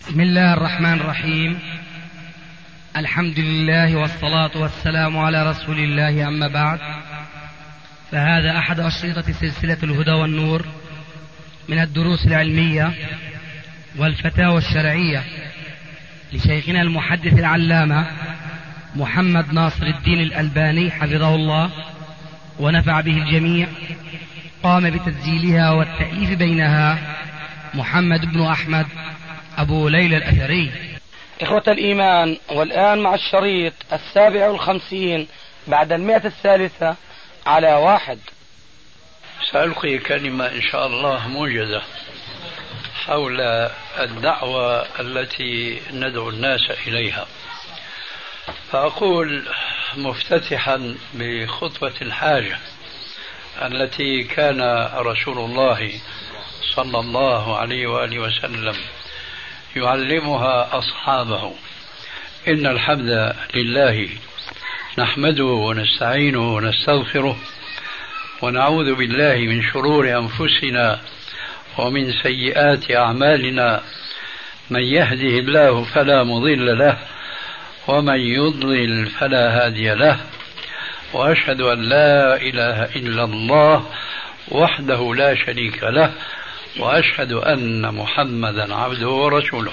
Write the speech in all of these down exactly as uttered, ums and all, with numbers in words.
بسم الله الرحمن الرحيم. الحمد لله والصلاة والسلام على رسول الله، أما بعد، فهذا أحد أشرطة سلسلة الهدى والنور من الدروس العلمية والفتاوى الشرعية لشيخنا المحدث العلامة محمد ناصر الدين الألباني حفظه الله ونفع به الجميع. قام بتسجيلها والتأليف بينها محمد بن أحمد أبو ليلى الأثري. إخوة الإيمان، والآن مع الشريط السابع والخمسين بعد المئة الثالثة على واحد. سألقي كلمة إن شاء الله موجزة حول الدعوة التي ندعو الناس إليها. فأقول مفتتحا بخطبة الحاجة التي كان رسول الله صلى الله عليه وآله وسلم يعلمها أصحابه: إن الحمد لله نحمده ونستعينه ونستغفره ونعوذ بالله من شرور أنفسنا ومن سيئات أعمالنا، من يهده الله فلا مضل له ومن يضلل فلا هادي له، وأشهد أن لا إله إلا الله وحده لا شريك له، وأشهد أن محمدا عبده ورسوله.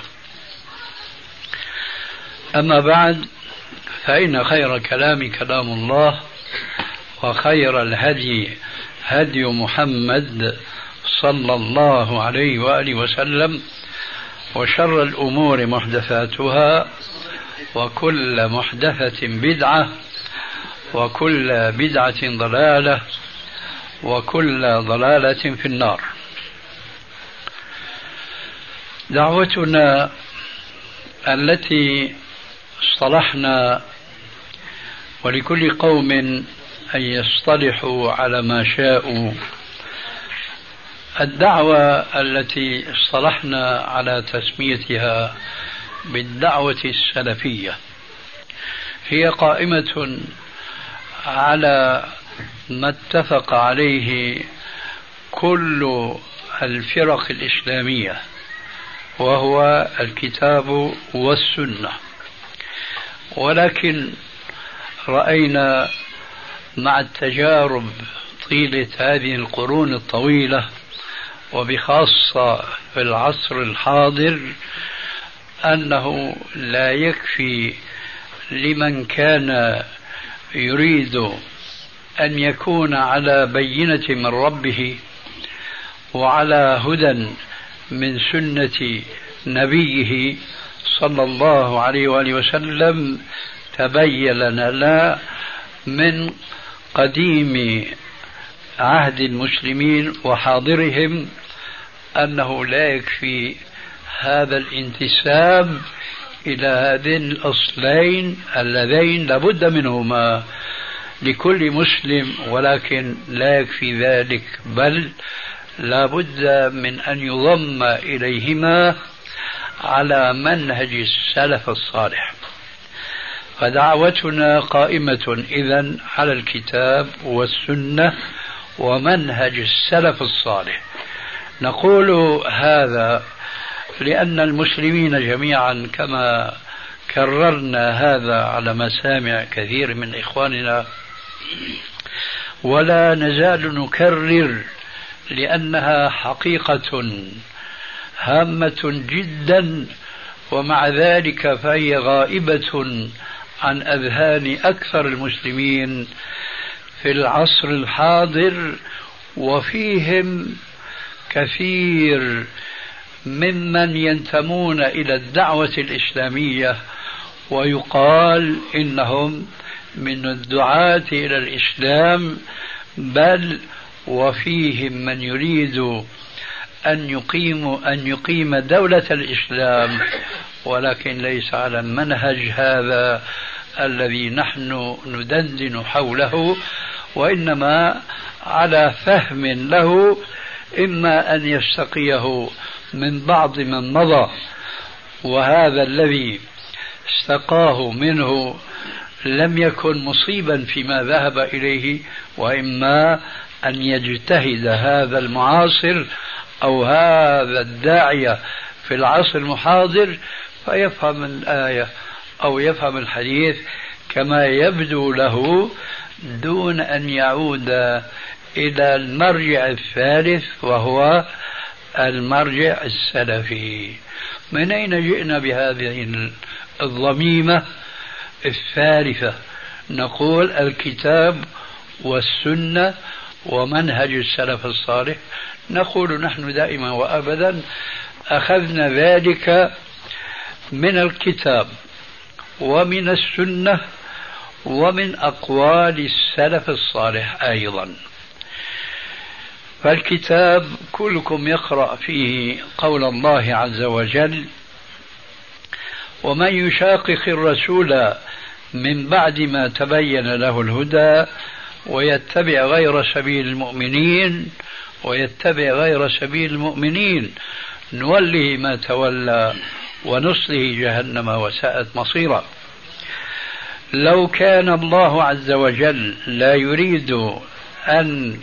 أما بعد، فإن خير كلام كلام الله، وخير الهدي هدي محمد صلى الله عليه وآله وسلم، وشر الأمور محدثاتها، وكل محدثة بدعة، وكل بدعة ضلالة، وكل ضلالة في النار. دعوتنا التي اصطلحنا، ولكل قوم أن يصطلحوا على ما شاءوا، الدعوة التي اصطلحنا على تسميتها بالدعوة السلفية هي قائمة على ما اتفق عليه كل الفرق الإسلامية، وهو الكتاب والسنة. ولكن رأينا مع التجارب طيلة هذه القرون الطويلة، وبخاصة في العصر الحاضر، أنه لا يكفي لمن كان يريد أن يكون على بينة من ربه وعلى هدى من سنة نبيه صلى الله عليه وآله وسلم. تبين لنا من قديم عهد المسلمين وحاضرهم أنه لا يكفي هذا الانتساب إلى هذين الأصلين اللذين لابد منهما لكل مسلم، ولكن لا يكفي ذلك، بل لابد من أن يضم إليهما على منهج السلف الصالح. فدعوتنا قائمة إذن على الكتاب والسنة ومنهج السلف الصالح. نقول هذا لأن المسلمين جميعا، كما كررنا هذا على مسامع كثير من إخواننا ولا نزال نكرر، لأنها حقيقة هامة جدا، ومع ذلك فهي غائبة عن أذهان أكثر المسلمين في العصر الحاضر، وفيهم كثير ممن ينتمون إلى الدعوة الإسلامية ويقال إنهم من الدعاة إلى الإسلام، بل وفيهم من يريد أن يقيم أن يقيم دولة الإسلام، ولكن ليس على المنهج هذا الذي نحن ندندن حوله، وإنما على فهم له، إما أن يستقيه من بعض من مضى، وهذا الذي استقاه منه لم يكن مصيبا فيما ذهب إليه، وإما أن يجتهد هذا المعاصر أو هذا الداعية في العصر المحاضر فيفهم الآية أو يفهم الحديث كما يبدو له دون أن يعود إلى المرجع الثالث وهو المرجع السلفي. من أين جئنا بهذه الضميمة الثالثة؟ نقول الكتاب والسنة ومنهج السلف الصالح. نقول نحن دائما وأبدا أخذنا ذلك من الكتاب ومن السنة ومن أقوال السلف الصالح أيضا. فالكتاب كلكم يقرأ فيه قول الله عز وجل: ومن يشاقق الرسول من بعد ما تبين له الهدى ويتبع غير سبيل المؤمنين ويتبع غير سبيل المؤمنين نوله ما تولى ونصله جهنم وساءت مصيرا. لو كان الله عز وجل لا يريد أن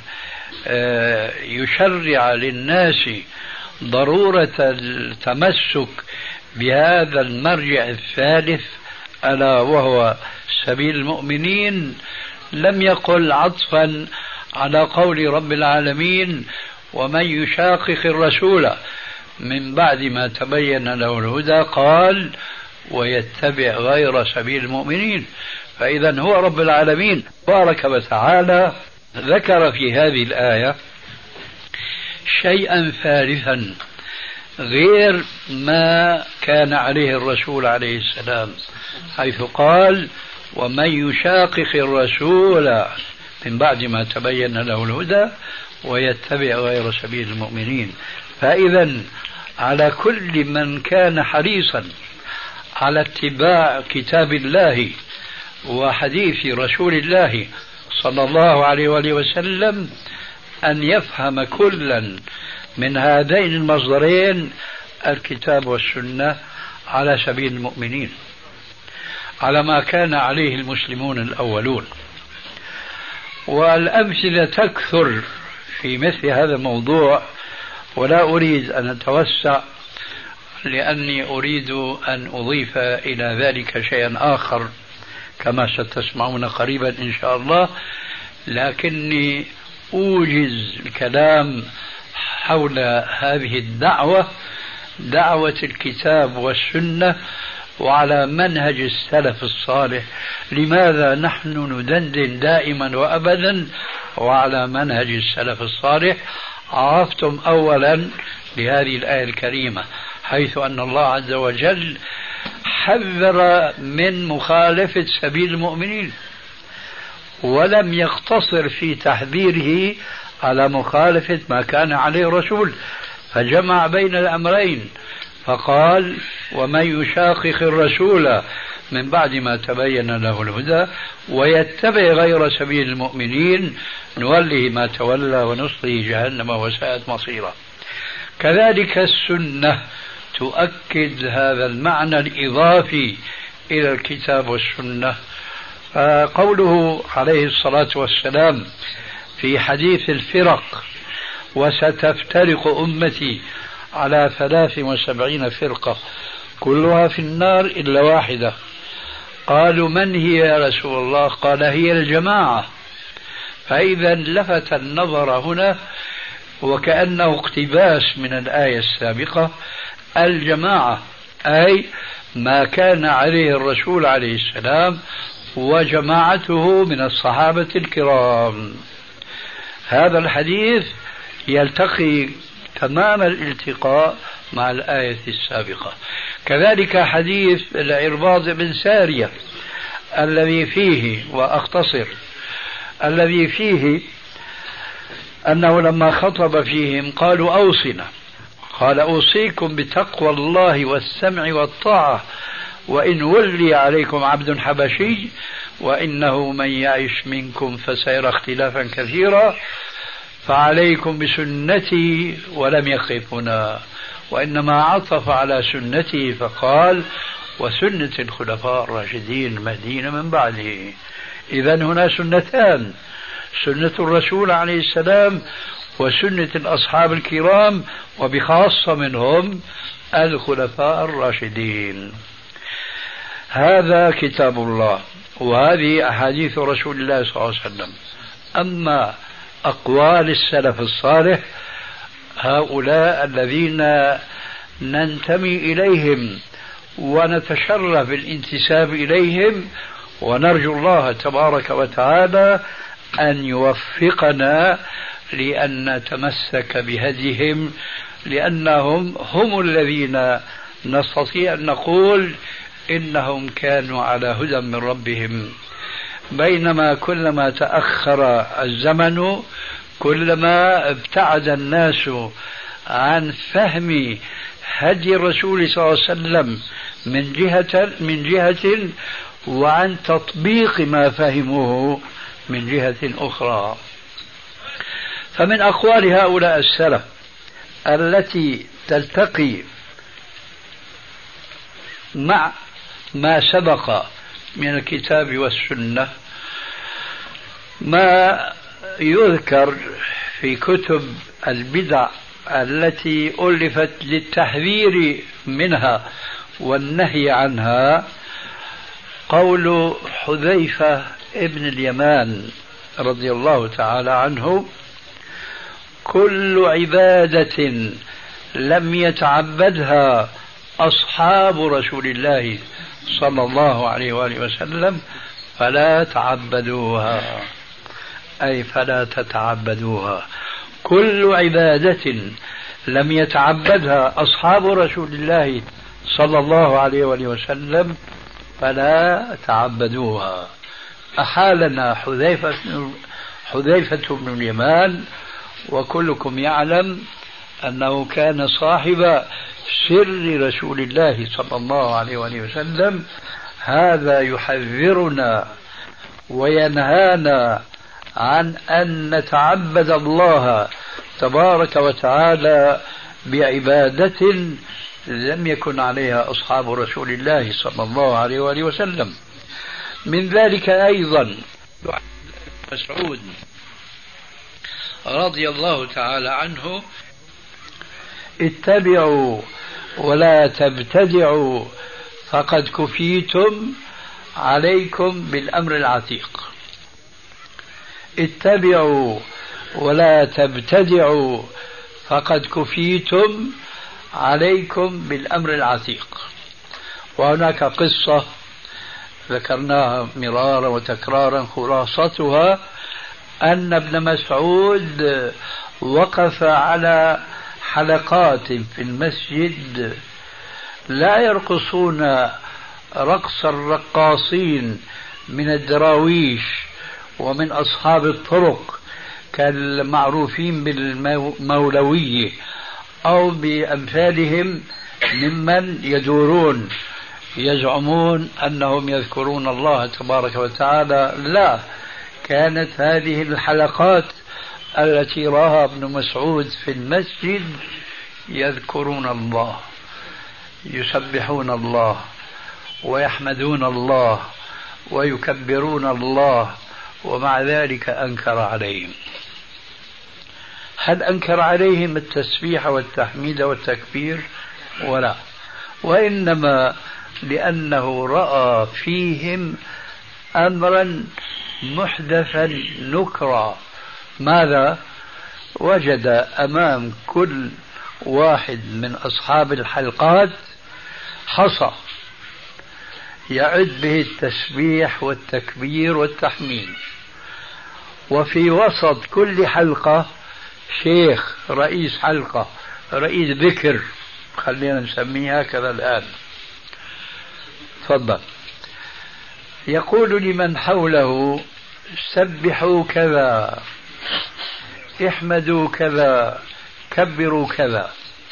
يشرع للناس ضرورة التمسك بهذا المرجع الثالث ألا وهو سبيل المؤمنين لم يقل عطفا على قول رب العالمين: ومن يشاقق الرسول من بعد ما تبين له الهدى قال ويتبع غير سبيل المؤمنين. فإذا هو رب العالمين بارك وتعالى ذكر في هذه الآية شيئا ثالثا غير ما كان عليه الرسول عليه السلام، حيث قال: ومن يشاقق الرسول من بعد ما تبين له الهدى ويتبع غير سبيل المؤمنين. فإذا على كل من كان حريصا على اتباع كتاب الله وحديث رسول الله صلى الله عليه وآله وسلم أن يفهم كلا من هذين المصدرين الكتاب والسنة على سبيل المؤمنين، على ما كان عليه المسلمون الأولون. والأمثلة تكثر في مثل هذا الموضوع، ولا أريد أن أتوسع لأني أريد أن أضيف إلى ذلك شيئا آخر كما ستسمعون قريبا إن شاء الله، لكني أوجز الكلام حول هذه الدعوة، دعوة الكتاب والسنة وعلى منهج السلف الصالح. لماذا نحن ندندن دائما وأبدا وعلى منهج السلف الصالح؟ عرفتم أولا لهذه الآية الكريمة حيث أن الله عز وجل حذر من مخالفة سبيل المؤمنين، ولم يقتصر في تحذيره على مخالفة ما كان عليه الرسول، فجمع بين الأمرين فقال: ومن يشاقق الرسول من بعد ما تبين له الهدى ويتبع غير سبيل المؤمنين نوله ما تولى ونصله جهنم وساءت مصيرا. كذلك السنة تؤكد هذا المعنى الإضافي إلى الكتاب والسنة. قوله عليه الصلاة والسلام في حديث الفرق: وستفترق أمتي على ثلاث وسبعين فرقة كلها في النار إلا واحدة. قالوا: من هي يا رسول الله؟ قال: هي الجماعة. فإذا لفت النظر هنا وكأنه اقتباس من الآية السابقة، الجماعة أي ما كان عليه الرسول عليه السلام وجماعته من الصحابة الكرام. هذا الحديث يلتقي تمام الالتقاء مع الآية السابقة. كذلك حديث العرباض بن سارية الذي فيه، وأختصر، الذي فيه أنه لما خطب فيهم قالوا: أوصنا. قال: أوصيكم بتقوى الله والسمع والطاعة وإن ولي عليكم عبد حبشي وإنه من يعش منكم فسيرى اختلافا كثيرا فعليكم بسنتي. ولم يقف هنا، وإنما عطف على سنته فقال: وسنة الخلفاء الراشدين المهديين من بعده. إذن هنا سنتان: سنة الرسول عليه السلام وسنة الأصحاب الكرام، وبخاصة منهم الخلفاء الراشدين. هذا كتاب الله وهذه أحاديث رسول الله صلى الله عليه وسلم. أما أقوال السلف الصالح هؤلاء الذين ننتمي إليهم ونتشرف بالانتساب إليهم، ونرجو الله تبارك وتعالى أن يوفقنا لأن نتمسك بهديهم، لأنهم هم الذين نستطيع أن نقول إنهم كانوا على هدى من ربهم. بينما كلما تأخر الزمن كلما ابتعد الناس عن فهم هدي الرسول صلى الله عليه وسلم من جهة من جهة وعن تطبيق ما فهموه من جهة أخرى. فمن أقوال هؤلاء السلف التي تلتقي مع ما سبق من الكتاب والسنة ما يذكر في كتب البدع التي ألفت للتحذير منها والنهي عنها. قول حذيفة ابن اليمان رضي الله تعالى عنه: كل عبادة لم يتعبدها أصحاب رسول الله صلى الله عليه وآله وسلم فلا تعبدوها، أي فلا تتعبدوها. كل عبادة لم يتعبدها أصحاب رسول الله صلى الله عليه وآله وسلم فلا تعبدوها. أحالنا حذيفة حذيفة بن اليمان، وكلكم يعلم أنه كان صاحب سر رسول الله صلى الله عليه وآله وسلم. هذا يحذرنا وينهانا عن أن نتعبد الله تبارك وتعالى بعبادة لم يكن عليها أصحاب رسول الله صلى الله عليه وآله وسلم. من ذلك أيضا مسعود رضي الله تعالى عنه: اتبعوا ولا تبتدعوا فقد كفيتم عليكم بالأمر العتيق. اتبعوا ولا تبتدعوا فقد كفيتم عليكم بالأمر العتيق. وهناك قصة ذكرناها مرارا وتكرارا، خلاصتها أن ابن مسعود وقف على حلقات في المسجد لا يرقصون رقص الرقاصين من الدراويش ومن أصحاب الطرق كالمعروفين بالمولوية أو بأمثالهم ممن يدورون يزعمون أنهم يذكرون الله تبارك وتعالى. لا، كانت هذه الحلقات التي راها ابن مسعود في المسجد يذكرون الله، يسبحون الله ويحمدون الله ويكبرون الله، ومع ذلك أنكر عليهم. هل أنكر عليهم التسبيح والتحميد والتكبير؟ ولا، وإنما لأنه رأى فيهم أمرا محدثا نكرا. ماذا؟ وجد أمام كل واحد من أصحاب الحلقات حصى يعد به التسبيح والتكبير والتحميد، وفي وسط كل حلقة شيخ رئيس حلقة، رئيس ذكر، خلينا نسميها كذا الآن. تفضل. يقول لمن حوله: سبحوا كذا، احمدوا كذا، كبروا كذا،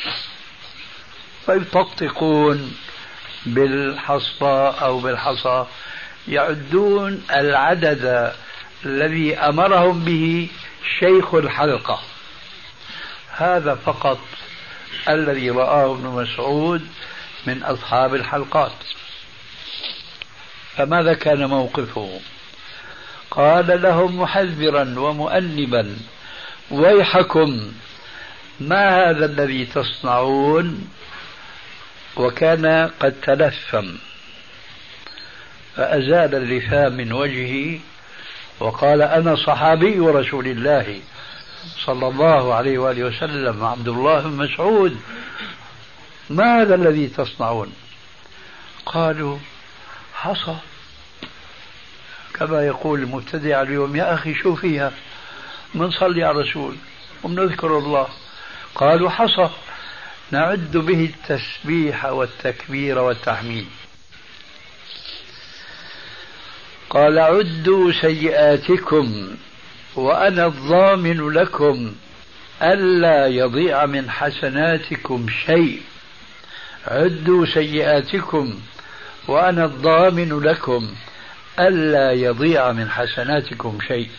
فيطقطقون بالحصى أو بالحصى، يعدون العدد الذي أمرهم به شيخ الحلقة. هذا فقط الذي رآه ابن مسعود من أصحاب الحلقات. فماذا كان موقفه؟ قال لهم محذرا ومؤنبا: ويحكم، ما هذا الذي تصنعون؟ وكان قد تلثم، فأزال اللثام من وجهه وقال: أنا صحابي رسول الله صلى الله عليه وآله وسلم عبد الله بن مسعود، ما هذا الذي تصنعون؟ قالوا: حصى، كما يقول المبتدع اليوم: يا أخي شو فيها، منصلي على الرسول ومنذكر الله. قالوا: حصى نعد به التسبيح والتكبير والتحميد. قال: عدوا سيئاتكم وأنا الضامن لكم ألا يضيع من حسناتكم شيء. عدوا سيئاتكم وأنا الضامن لكم ألا يضيع من حسناتكم شيء.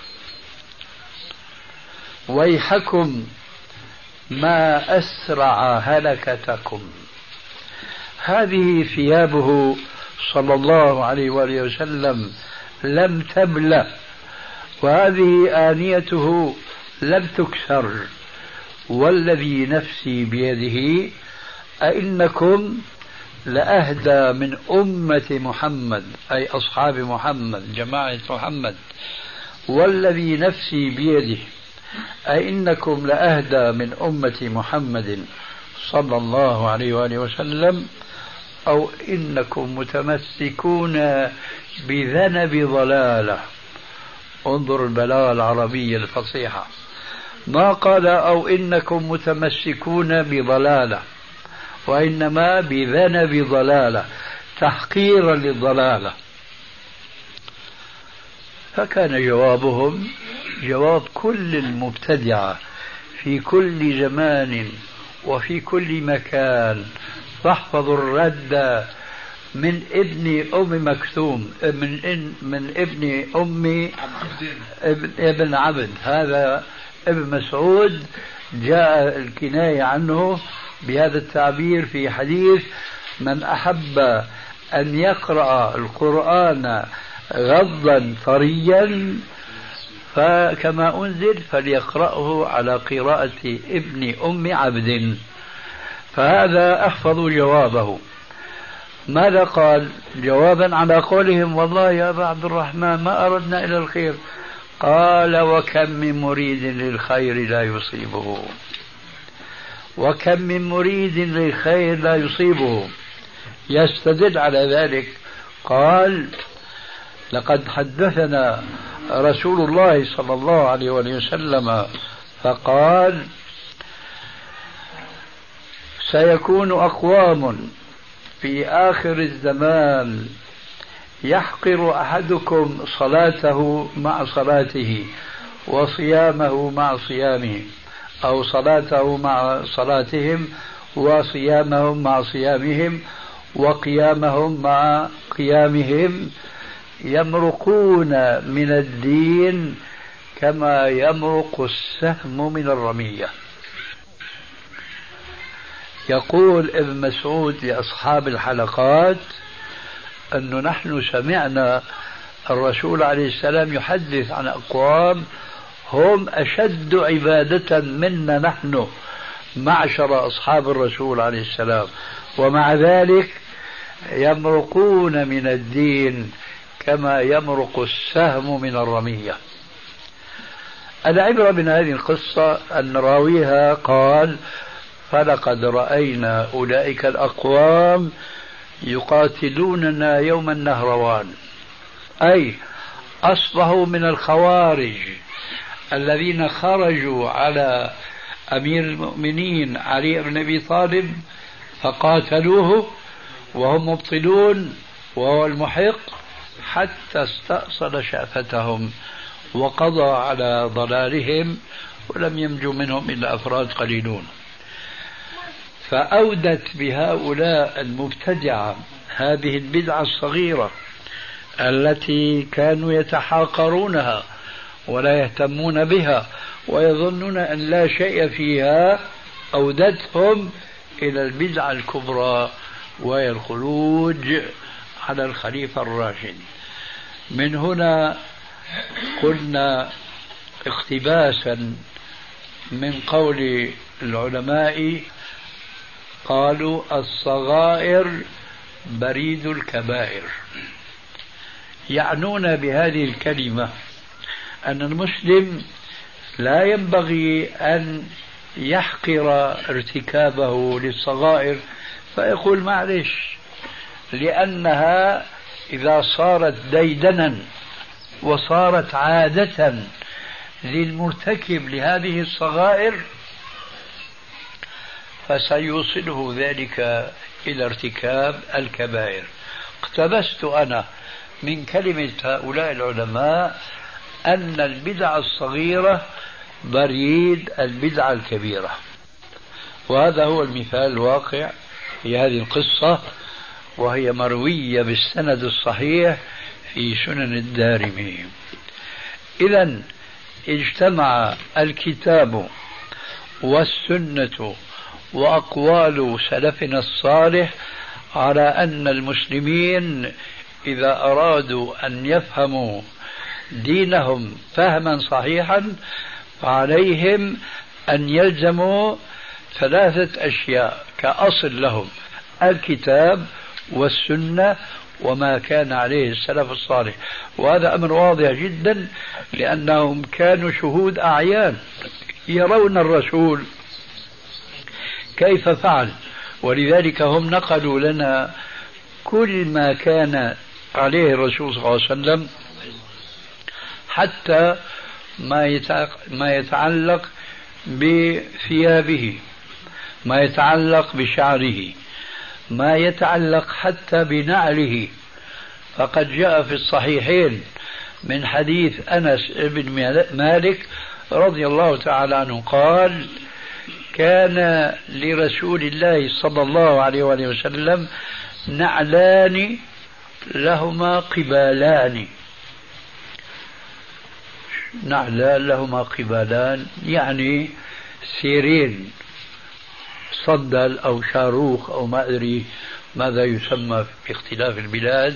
ويحكم ما أسرع هلكتكم. هذه ثيابه صلى الله عليه وآله وسلم لم تبلى، وهذه آنيته لم تكسر. والذي نفسي بيده أئنكم لأهدى من أمة محمد، أي أصحاب محمد جماعة محمد. والذي نفسي بيده أئنكم لأهدى من أمة محمد صلى الله عليه وآله وسلم، أو إنكم متمسكون بذنب ضلالة. انظر البلاغة العربية الفصيحة، ما قال أو إنكم متمسكون بضلالة، وإنما بذنب ضلالة، تحقيرا للضلالة. فكان جوابهم جواب كل المبتدعة في كل زمان وفي كل مكان. فاحفظوا الرد من ابن أم مكتوم، من إن من ابن أم ابن, ابن عبد، هذا ابن مسعود جاء الكناية عنه بهذا التعبير في حديث: من أحب أن يقرأ القرآن غضا طريا فكما أنزل فليقرأه على قراءة ابن أم عبد. فهذا أحفظ جوابه. ماذا قال جوابا على قولهم: والله يا أبا عبد الرحمن ما أردنا إلى الخير؟ قال: وكم من مريد للخير لا يصيبه، وكم من مريد للخير لا يصيبه. يستدل على ذلك قال: لقد حدثنا رسول الله صلى الله عليه وسلم فقال: سيكون أقوام في آخر الزمان يحقر أحدكم صلاته مع صلاته وصيامه مع صيامه، أو صلاته مع صلاتهم وصيامهم مع صيامهم وقيامهم مع قيامهم، يمرقون من الدين كما يمرق السهم من الرمية. يقول ابن مسعود لأصحاب الحلقات أنه نحن سمعنا الرسول عليه السلام يحدث عن أقوام هم أشد عبادة منا نحن معشر أصحاب الرسول عليه السلام، ومع ذلك يمرقون من الدين كما يمرق السهم من الرمية. العبرة من هذه القصة أن راويها قال: فلقد رأينا أولئك الأقوام يقاتلوننا يوم النهروان، أي أصبحوا من الخوارج الذين خرجوا على أمير المؤمنين علي بن أبي طالب فقاتلوه وهم مبطلون وهو المحق، حتى استأصل شأفتهم وقضى على ضلالهم، ولم ينجو منهم إلا أفراد قليلون. فأودت بهؤلاء المبتدعة هذه البدعة الصغيرة التي كانوا يتحاقرونها ولا يهتمون بها ويظنون أن لا شيء فيها، أودتهم إلى البدعة الكبرى وهي الخروج على الخليفة الراشد. من هنا قلنا اقتباسا من قول العلماء: قالوا الصغائر بريد الكبائر. يعنون بهذه الكلمة أن المسلم لا ينبغي أن يحقر ارتكابه للصغائر فيقول معلش، لأنها إذا صارت ديدنا وصارت عادة للمرتكب لهذه الصغائر فسيوصله ذلك إلى ارتكاب الكبائر. اقتبست أنا من كلمة هؤلاء العلماء أن البدعة الصغيرة بريد البدعة الكبيرة، وهذا هو المثال الواقع في هذه القصة، وهي مروية بالسند الصحيح في سنن الدارمي. إذن اجتمع الكتاب والسنة وأقوال سلفنا الصالح على أن المسلمين إذا أرادوا أن يفهموا دينهم فهما صحيحا فعليهم أن يلزموا ثلاثة أشياء كأصل لهم: الكتاب والسنة وما كان عليه السلف الصالح. وهذا أمر واضح جدا، لأنهم كانوا شهود أعيان يرون الرسول كيف فعل، ولذلك هم نقلوا لنا كل ما كان عليه الرسول صلى الله عليه وسلم، حتى ما يتعلق بثيابه، ما يتعلق بشعره، ما يتعلق حتى بنعله. فقد جاء في الصحيحين من حديث أنس بن مالك رضي الله تعالى عنه قال: كان لرسول الله صلى الله عليه وآله وسلم نعلان لهما قبالان. نعلان لهما قبالان يعني سيرين، صندل أو شاروخ أو ما أدري ماذا يسمى في اختلاف البلاد.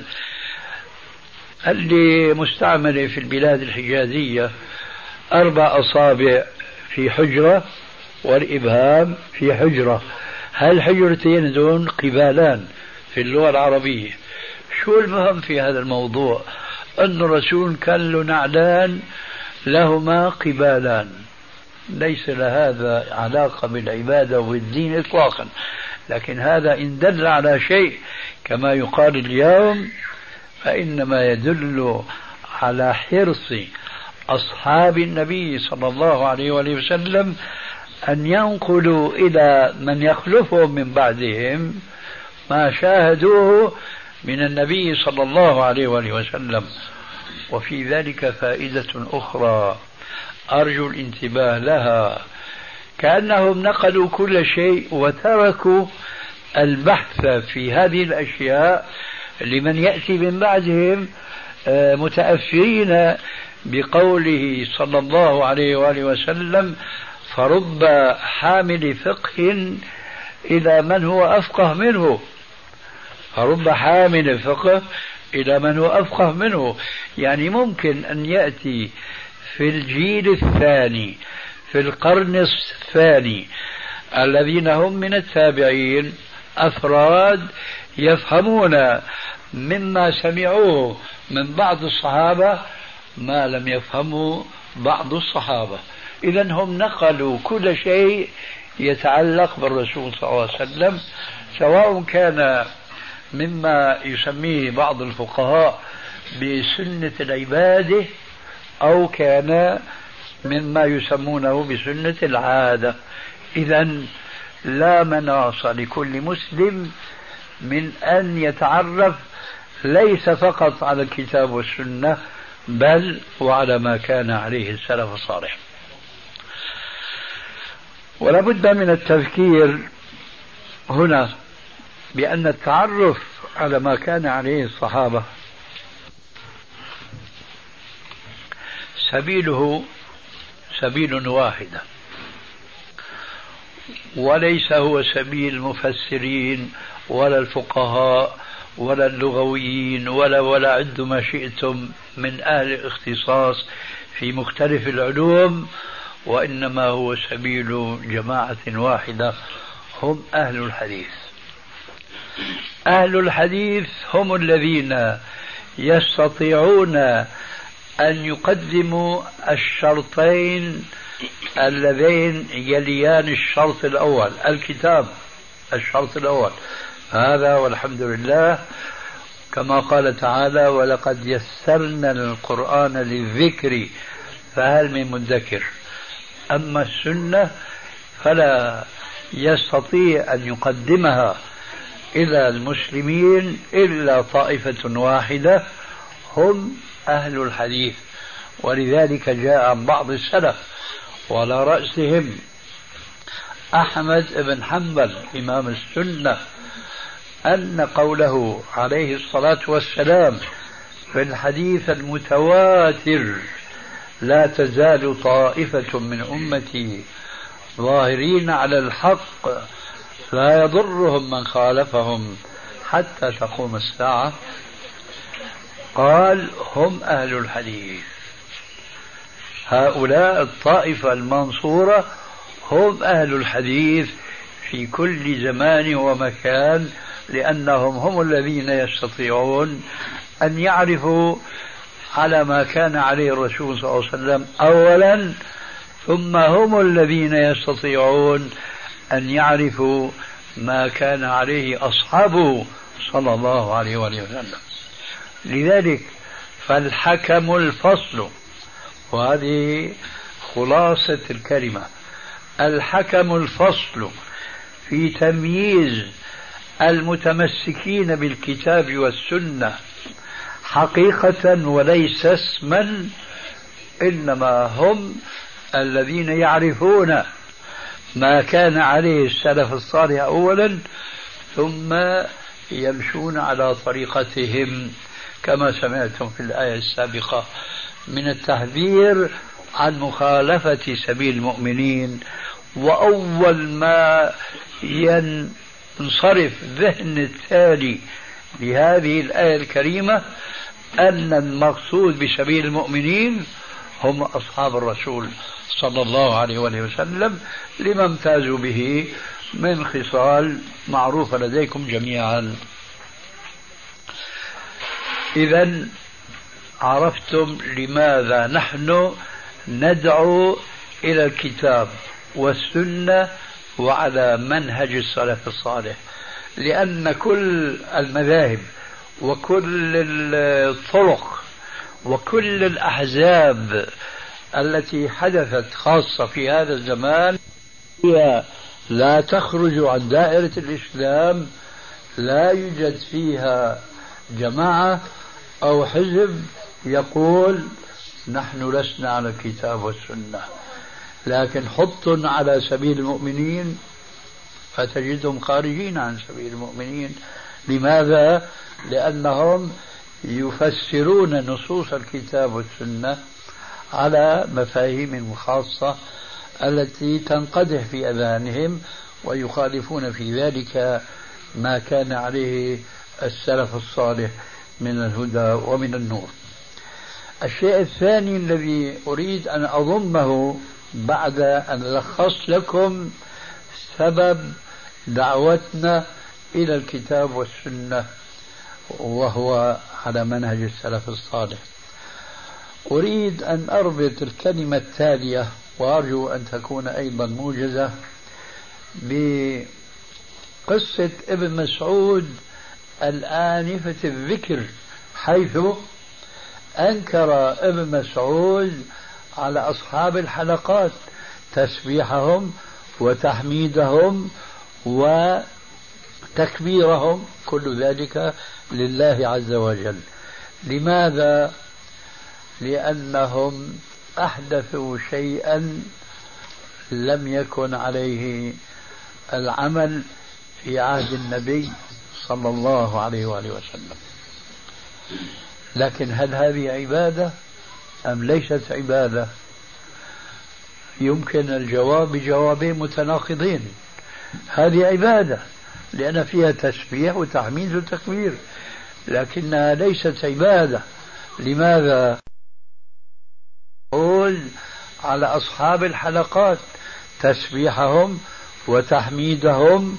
اللي مستعملة في البلاد الحجازية أربع أصابع في حجرة والإبهام في حجرة، هالحجرتين دون قبالان في اللغة العربية. شو المهم في هذا الموضوع؟ أن الرسول كان له نعلان لهما قبالان، ليس لهذا علاقة بالعبادة والدين إطلاقا، لكن هذا إن دل على شيء كما يقال اليوم فإنما يدل على حرص أصحاب النبي صلى الله عليه وآله وسلم أن ينقلوا إلى من يخلفهم من بعدهم ما شاهدوه من النبي صلى الله عليه وآله وسلم. وفي ذلك فائدة أخرى أرجو الانتباه لها، كأنهم نقلوا كل شيء وتركوا البحث في هذه الأشياء لمن يأتي من بعدهم متأثرين بقوله صلى الله عليه وآله وسلم: فرب حامل فقه إلى من هو أفقه منه. فرب حامل فقه إلى من هو أفقه منه، يعني ممكن أن يأتي في الجيل الثاني في القرن الثاني الذين هم من التابعين أفراد يفهمون مما سمعوه من بعض الصحابة ما لم يفهموا بعض الصحابة. إذن هم نقلوا كل شيء يتعلق بالرسول صلى الله عليه وسلم، سواء كان مما يسميه بعض الفقهاء بسنة العبادة أو كان مما يسمونه بسنة العادة. إذن لا مناص لكل مسلم من أن يتعرف ليس فقط على الكتاب والسنة بل وعلى ما كان عليه السلف الصالح. ولا بد من التذكير هنا بأن التعرف على ما كان عليه الصحابة سبيله سبيل واحدة، وليس هو سبيل المفسرين ولا الفقهاء ولا اللغويين ولا ولا عد ما شئتم من أهل الاختصاص في مختلف العلوم، وإنما هو سبيل جماعة واحدة هم أهل الحديث. أهل الحديث هم الذين يستطيعون أن يقدموا الشرطين اللذين يليان الشرط الأول، الكتاب الشرط الأول هذا، والحمد لله كما قال تعالى: ولقد يسرنا القرآن للذكر فهل من مدكر. أما السنة فلا يستطيع أن يقدمها إلى المسلمين إلا طائفة واحدة، هم أهل الحديث. ولذلك جاء عن بعض السلف وعلى رأسهم أحمد بن حنبل إمام السنة أن قوله عليه الصلاة والسلام في الحديث المتواتر: لا تزال طائفة من أمتي ظاهرين على الحق لا يضرهم من خالفهم حتى تقوم الساعة، قال: هم أهل الحديث. هؤلاء الطائفة المنصورة هم أهل الحديث في كل زمان ومكان، لأنهم هم الذين يستطيعون أن يعرفوا على ما كان عليه الرسول صلى الله عليه وسلم أولا، ثم هم الذين يستطيعون أن يعرفوا ما كان عليه أصحابه صلى الله عليه وسلم. لذلك فالحكم الفصل، وهذه خلاصة الكلمة، الحكم الفصل في تمييز المتمسكين بالكتاب والسنة حقيقة وليس اسما، إنما هم الذين يعرفون ما كان عليه السلف الصالح أولا، ثم يمشون على طريقتهم كما سمعتم في الآية السابقة من التحذير عن مخالفة سبيل المؤمنين. وأول ما ينصرف ذهن التالي لهذه الآية الكريمة أن المقصود بسبيل المؤمنين هم أصحاب الرسول صلى الله عليه وسلم، لما امتازوا به من خصال معروفة لديكم جميعا. إذن عرفتم لماذا نحن ندعو إلى الكتاب والسنة وعلى منهج السلف الصالح، لأن كل المذاهب وكل الطرق وكل الأحزاب التي حدثت خاصة في هذا الزمان هي لا تخرج عن دائرة الإسلام، لا يوجد فيها جماعة أو حزب يقول نحن لسنا على الكتاب والسنة، لكن حط على سبيل المؤمنين فتجدهم خارجين عن سبيل المؤمنين. لماذا؟ لأنهم يفسرون نصوص الكتاب والسنة على مفاهيم خاصة التي تنقدح في أذهانهم، ويخالفون في ذلك ما كان عليه السلف الصالح من الهدى ومن النور. الشيء الثاني الذي أريد أن أضمه بعد أن لخص لكم سبب دعوتنا إلى الكتاب والسنة وهو على منهج السلف الصالح، أريد أن أربط الكلمة التالية، وأرجو أن تكون أيضا موجزة، بقصة ابن مسعود الآنفة الذكر، حيث أنكر ابن مسعود على أصحاب الحلقات تسبيحهم وتحميدهم وتكبيرهم، كل ذلك لله عز وجل. لماذا؟ لأنهم أحدثوا شيئا لم يكن عليه العمل في عهد النبي صلى الله عليه وآله وسلم. لكن هل هذه عبادة أم ليست عبادة؟ يمكن الجواب بجوابين متناقضين. هذه عبادة لأن فيها تسبيح وتحميد وتكبير، لكنها ليست عبادة. لماذا؟ قول على أصحاب الحلقات تسبيحهم وتحميدهم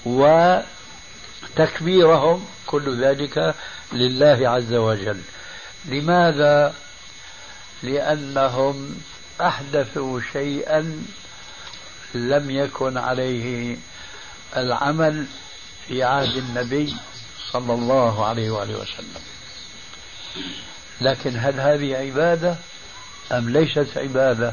وتكبيرهم كل ذلك لله عز وجل. لماذا؟ لأنهم أحدثوا شيئا لم يكن عليه العمل في عهد النبي صلى الله عليه وآله وسلم. لكن هل هذه عبادة أم ليست عبادة؟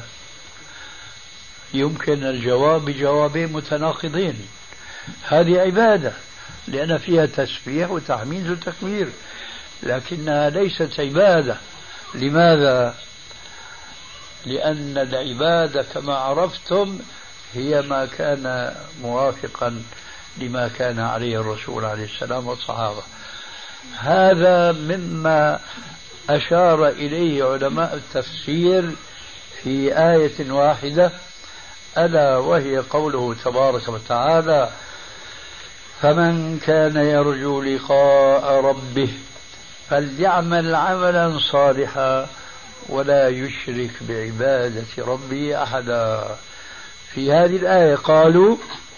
يمكن الجواب بجوابين متناقضين. هذه عبادة لأن فيها تسبيح وتحميد وتكبير، لكنها ليست عبادة. لماذا؟ لأن العبادة كما عرفتم هي ما كان موافقا لما كان عليه الرسول عليه السلام والصحابة. هذا مما أشار إليه علماء التفسير في آية واحدة، ألا وهي قوله تبارك وتعالى: فمن كان يرجو لقاء ربه فليعمل عملا صالحا ولا يشرك بعبادة ربه أحدا. في هذه الآية قالوا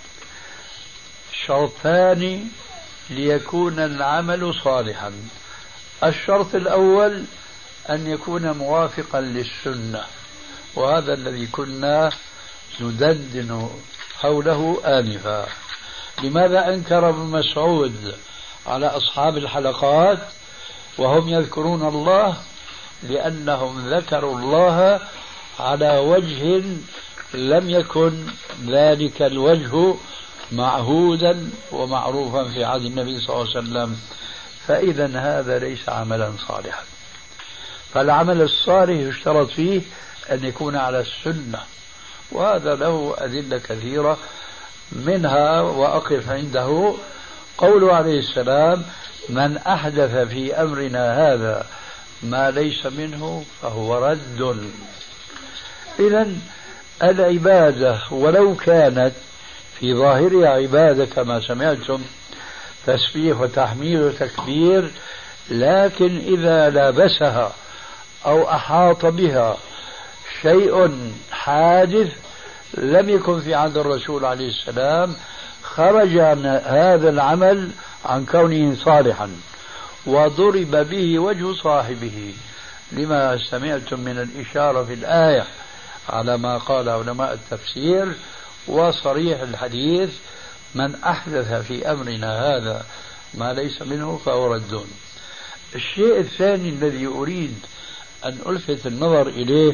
شرطان ليكون العمل صالحا. الشرط الأول أن يكون موافقا للسنة، وهذا الذي كنا ندندن حوله آنفا. لماذا أنكر ابن مسعود على أصحاب الحلقات وهم يذكرون الله؟ لأنهم ذكروا الله على وجه لم يكن ذلك الوجه معهودا ومعروفا في عهد النبي صلى الله عليه وسلم، فإذا هذا ليس عملا صالحا. فالعمل الصالح يشترط فيه أن يكون على السنة، وهذا له أدلة كثيرة، منها وأقف عنده قوله عليه السلام: من أحدث في أمرنا هذا ما ليس منه فهو رد. إذن العبادة ولو كانت في ظاهرها عبادة كما سمعتم، تسبيح وتحميد وتكبير، لكن إذا لابسها أو أحاط بها شيء حادث لم يكن في عهد الرسول عليه السلام، خرج عن هذا العمل عن كونه صالحا وضرب به وجه صاحبه، لما سمعتم من الإشارة في الآية على ما قال علماء التفسير وصريح الحديث: من أحدث في أمرنا هذا ما ليس منه فهو رد. الشيء الثاني الذي أريد أن ألفت النظر إليه،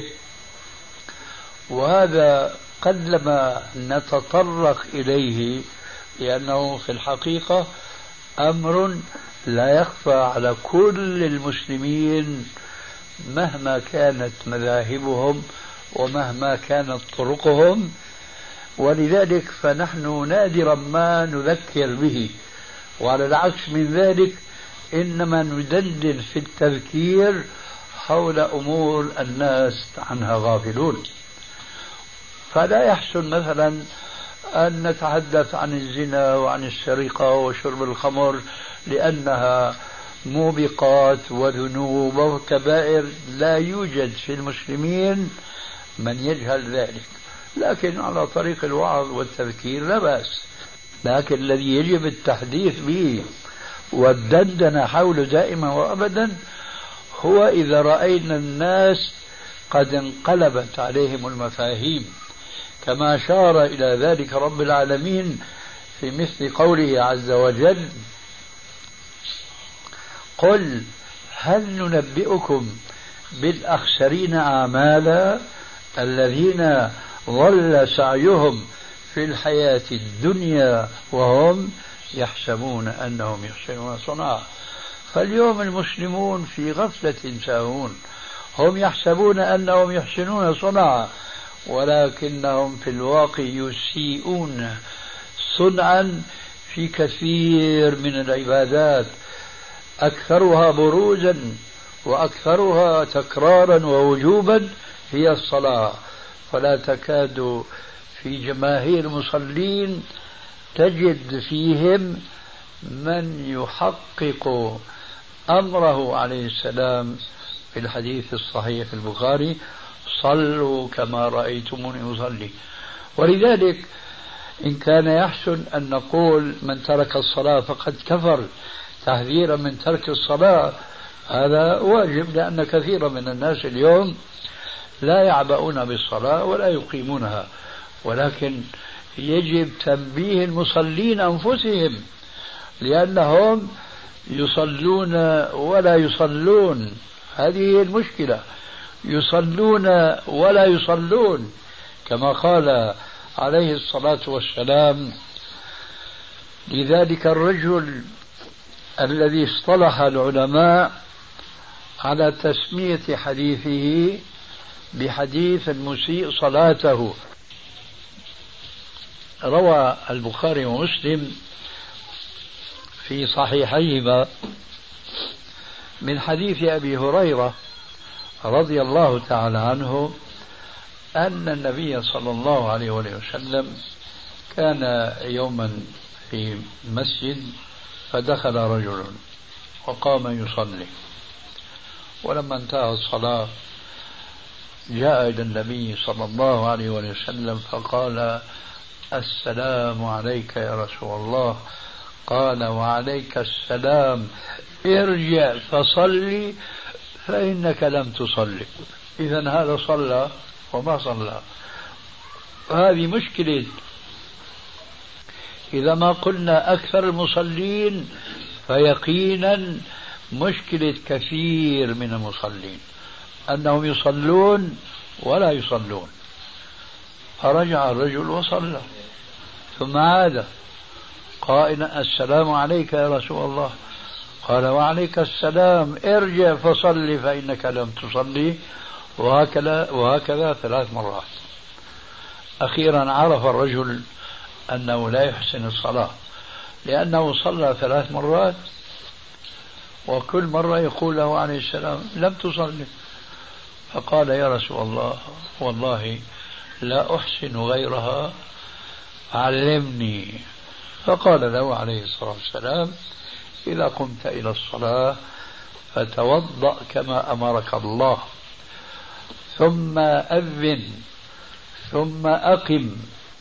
وهذا قلما نتطرق إليه لأنه في الحقيقة أمر لا يخفى على كل المسلمين مهما كانت مذاهبهم ومهما كانت طرقهم، ولذلك فنحن نادرا ما نذكر به، وعلى العكس من ذلك إنما ندندن في التذكير حول أمور الناس عنها غافلون. فلا يحسن مثلا أن نتحدث عن الزنا وعن السرقة وشرب الخمر لأنها موبقات وذنوب وكبائر، لا يوجد في المسلمين من يجهل ذلك، لكن على طريق الوعظ والتذكير لا بأس. لكن الذي يجب التحديث به والدندنة حوله دائما وأبدا هو إذا رأينا الناس قد انقلبت عليهم المفاهيم، كما أشار إلى ذلك رب العالمين في مثل قوله عز وجل: قل هل ننبئكم بالأخسرين أعمالا الذين ضل سعيهم في الحياة الدنيا وهم يحسبون أنهم يحسنون صنعا. فاليوم المسلمون في غفلة ساهون، هم يحسبون أنهم يحسنون صنعا ولكنهم في الواقع يسيئون صنعا في كثير من العبادات، أكثرها بروزا وأكثرها تكرارا ووجوبا هي الصلاة. فلا تكاد في جماهير المصلين تجد فيهم من يحقق أمره عليه السلام في الحديث الصحيح في البخاري: صلوا كما رأيتموني أصلي. ولذلك إن كان يحسن أن نقول من ترك الصلاة فقد كفر تحذيرا من ترك الصلاة، هذا واجب، لأن كثيرا من الناس اليوم لا يعبؤون بالصلاة ولا يقيمونها، ولكن يجب تنبيه المصلين أنفسهم، لأنهم يصلون ولا يصلون. هذه هي المشكلة، يصلون ولا يصلون، كما قال عليه الصلاة والسلام لذلك الرجل الذي اصطلح العلماء على تسمية حديثه بحديث المسيء صلاته. روى البخاري ومسلم في صحيحيهما من حديث أبي هريرة رضي الله تعالى عنه أن النبي صلى الله عليه وسلم كان يوما في مسجد فدخل رجل وقام يصلي، ولما انتهى الصلاة جاء إلى النبي صلى الله عليه وسلم فقال: السلام عليك يا رسول الله. قال: وعليك السلام، ارجع فصلي فإنك لم تصلي. إذن هذا صلى وما صلى. هذه مشكلة. إذا ما قلنا أكثر المصلين فيقينا مشكلة كثير من المصلين أنهم يصلون ولا يصلون. فرجع الرجل وصلى ثم عاد قائلا: السلام عليك يا رسول الله. قال: وعليك السلام، ارجع فصلي فإنك لم تصلي. وهكذا وهكذا ثلاث مرات. أخيرا عرف الرجل أنه لا يحسن الصلاة، لأنه صلى ثلاث مرات وكل مرة يقول له عليه السلام: لم تصلي. فقال: يا رسول الله والله لا أحسن غيرها، علمني. فقال له عليه الصلاة والسلام: إذا قمت إلى الصلاة فتوضأ كما أمرك الله، ثم أذن، ثم أقم،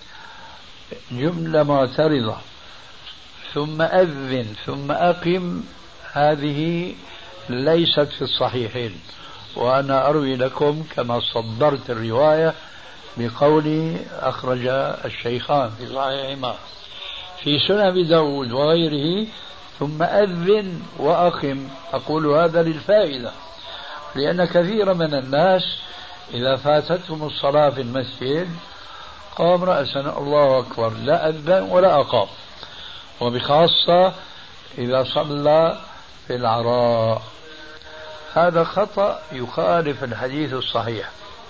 جملة معترضة، ثم أذن ثم أقم، هذه ليست في الصحيحين، وأنا أروي لكم كما صدرت الرواية بقولي أخرج الشيخان في صحيحهما. في سنن أبي داود وغيره ثم أذن وأقم. أقول هذا للفائدة، لأن كثير من الناس إذا فاتتهم الصلاة في المسجد قام رأسا الله أكبر، لا أذن ولا أقام، وبخاصة إذا صلى في العراء. هذا خطأ يخالف الحديث الصحيح.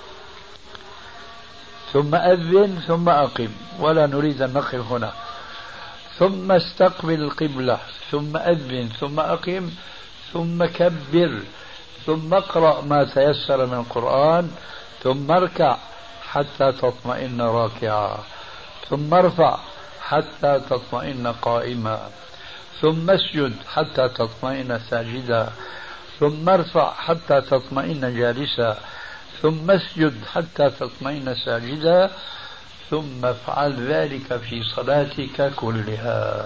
ثم أذن ثم أقم، ولا نريد أن نقف هنا. ثم استقبل القبلة، ثم أذن ثم أقم، ثم كبر، ثم اقرأ ما تيسر من القرآن، ثم اركع حتى تطمئن راكعا، ثم ارفع حتى تطمئن قائما، ثم اسجد حتى تطمئن ساجدا، ثم ارفع حتى تطمئن جالسا، ثم اسجد حتى تطمئن ساجدا، ثم افعل ذلك في صلاتك كلها.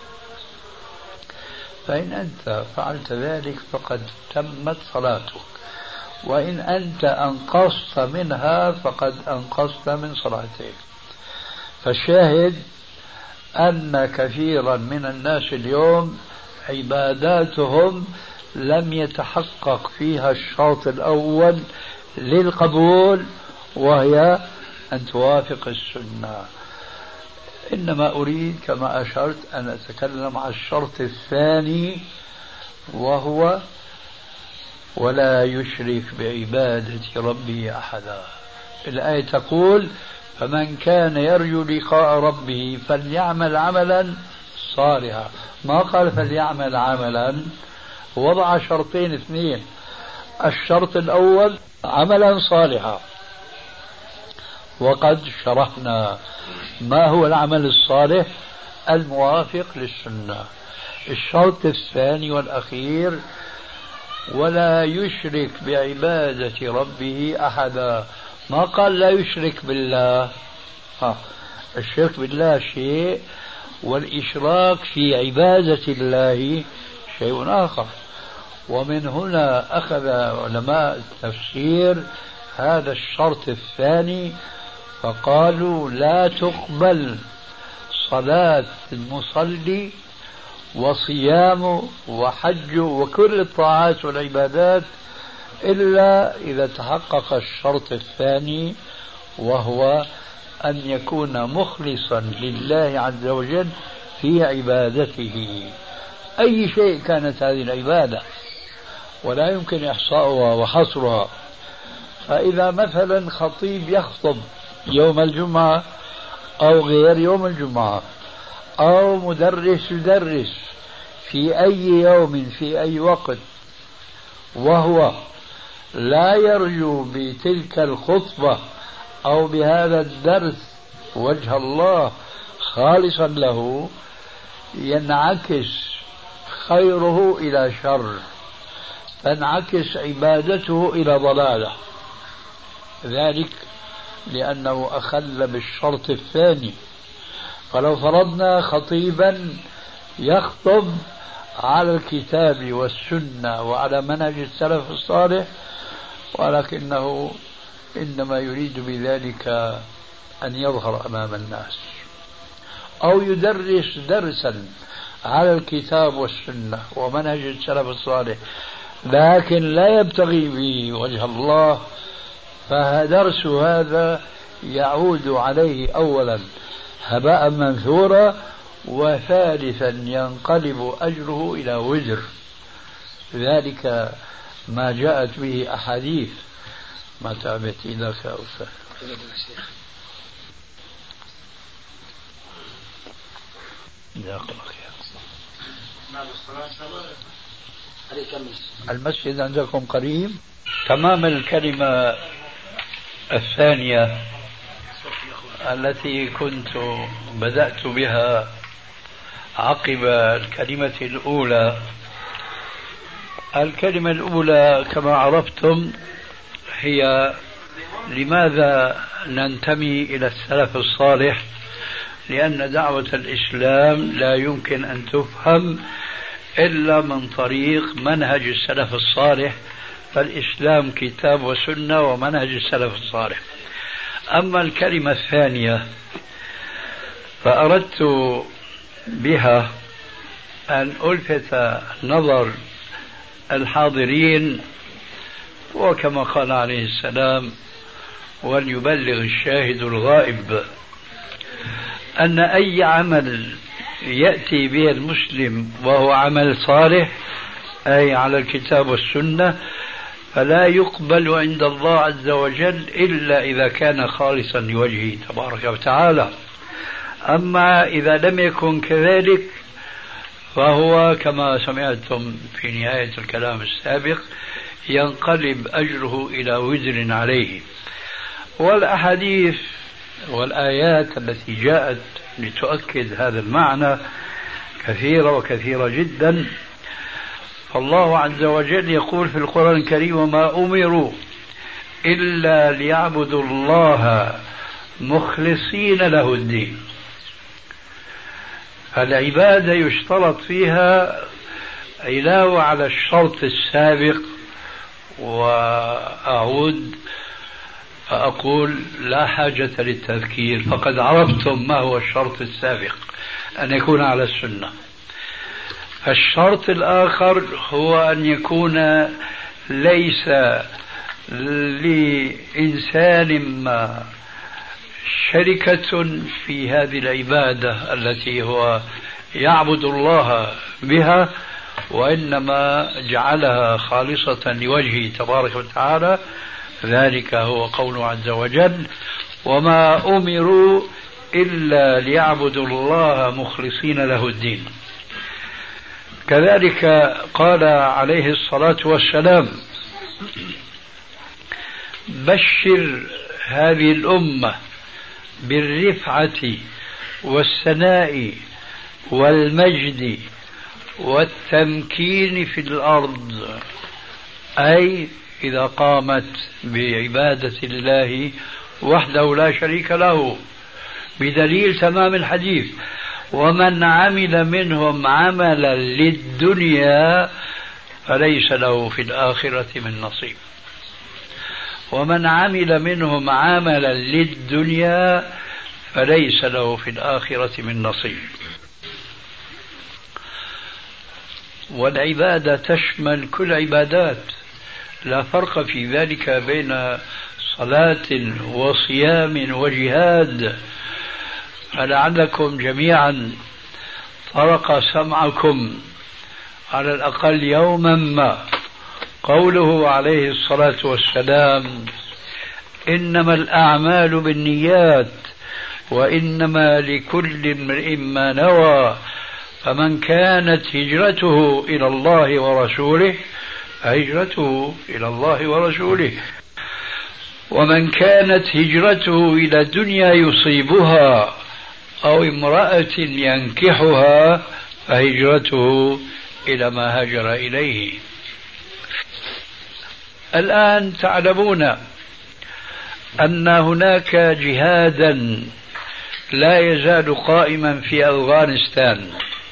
فإن أنت فعلت ذلك فقد تمت صلاتك، وإن أنت أنقصت منها فقد أنقصت من صلاتك. فالشاهد أن كثيرا من الناس اليوم عباداتهم لم يتحقق فيها الشرط الأول للقبول، وهي أن توافق السنة. إنما أريد كما أشرت أن أتكلم عن الشرط الثاني، وهو ولا يشرك بعبادة ربه أحدا. الآية تقول: فمن كان يرجو لقاء ربه فليعمل عملا صالحا. ما قال فليعمل عملا، وضع شرطين اثنين. الشرط الأول عملا صالحا، وقد شرحنا ما هو العمل الصالح الموافق للسنة. الشرط الثاني والأخير: ولا يشرك بعبادة ربه أحدا. ما قال لا يشرك بالله. ها. الشرك بالله شيء، والإشراك في عبادة الله شيء آخر. ومن هنا أخذ علماء التفسير هذا الشرط الثاني، فقالوا لا تقبل صلاة المصلي وصيامه وحجه وكل الطاعات والعبادات إلا إذا تحقق الشرط الثاني، وهو أن يكون مخلصا لله عز وجل في عبادته، أي شيء كانت هذه العبادة، ولا يمكن إحصاؤها وحصرها. فإذا مثلا خطيب يخطب يوم الجمعة أو غير يوم الجمعة، أو مدرس يدرس في أي يوم في أي وقت، وهو لا يرجو بتلك الخطبة أو بهذا الدرس وجه الله خالصا له، ينعكس خيره إلى شر، تنعكس عبادته إلى ضلالة، ذلك لأنه أخل بالشرط الثاني. فلو فرضنا خطيبا يخطب على الكتاب والسنة وعلى منهج السلف الصالح، ولكنه إنما يريد بذلك أن يظهر أمام الناس، أو يدرس درسا على الكتاب والسنة ومنهج السلف الصالح لكن لا يبتغي به وجه الله، فدرس هذا يعود عليه أولا هباء منثورا، وثالثا ينقلب أجره إلى وزر. ذلك ما جاءت به أحاديث. ما تعبت إيدك يا أستاذ؟ المسجد عندكم قريب؟ تمام. الكلمة الثانية التي كنت بدأت بها عقب الكلمة الأولى، الكلمة الأولى كما عرفتم هي لماذا ننتمي إلى السلف الصالح؟ لأن دعوة الإسلام لا يمكن أن تفهم إلا من طريق منهج السلف الصالح، فالإسلام كتاب وسنة ومنهج السلف الصالح. أما الكلمة الثانية فأردت بها أن ألفت نظر الحاضرين، وكما قال عليه السلام وليبلغ الشاهد الغائب، أن أي عمل يأتي به المسلم وهو عمل صالح أي على الكتاب والسنة فلا يقبل عند الله عز وجل إلا إذا كان خالصا لوجهه تبارك وتعالى. أما إذا لم يكن كذلك فهو كما سمعتم في نهاية الكلام السابق ينقلب أجره إلى وزر عليه. والأحاديث والآيات التي جاءت لتؤكد هذا المعنى كثيرة وكثيرة جدا. فالله عز وجل يقول في القرآن الكريم وما أمروا إلا ليعبدوا الله مخلصين له الدين. فالعبادة يشترط فيها علاوة على الشرط السابق، وأعود فأقول لا حاجة للتذكير، فقد عرفتم ما هو الشرط السابق، أن يكون على السنة. الشرط الآخر هو أن يكون ليس لإنسان ما شركة في هذه العبادة التي هو يعبد الله بها، وإنما جعلها خالصة لوجهه تبارك وتعالى. ذلك هو قوله عز وجل وما أمروا إلا ليعبدوا الله مخلصين له الدين. كذلك قال عليه الصلاة والسلام بشر هذه الأمة بالرفعة والثناء والمجد والتمكين في الأرض، أي إذا قامت بعبادة الله وحده لا شريك له بدليل تمام الحديث: ومن عمل منهم عملا للدنيا فليس له في الآخرة من نصيب. ومن عمل منهم عملا للدنيا فليس له في الآخرة من نصيب. والعبادة تشمل كل عبادات، لا فرق في ذلك بين صلاة وصيام وجهاد. فلعلكم جميعا طرق سمعكم على الأقل يوما ما قوله عليه الصلاة والسلام: إنما الأعمال بالنيات وإنما لكل امرئ ما نوى، فمن كانت هجرته إلى الله ورسوله فهجرته إلى الله ورسوله، ومن كانت هجرته إلى الدنيا يصيبها أو امرأة ينكحها فهجرته إلى ما هاجر إليه. الآن تعلمون أن هناك جهادا لا يزال قائما في أفغانستان،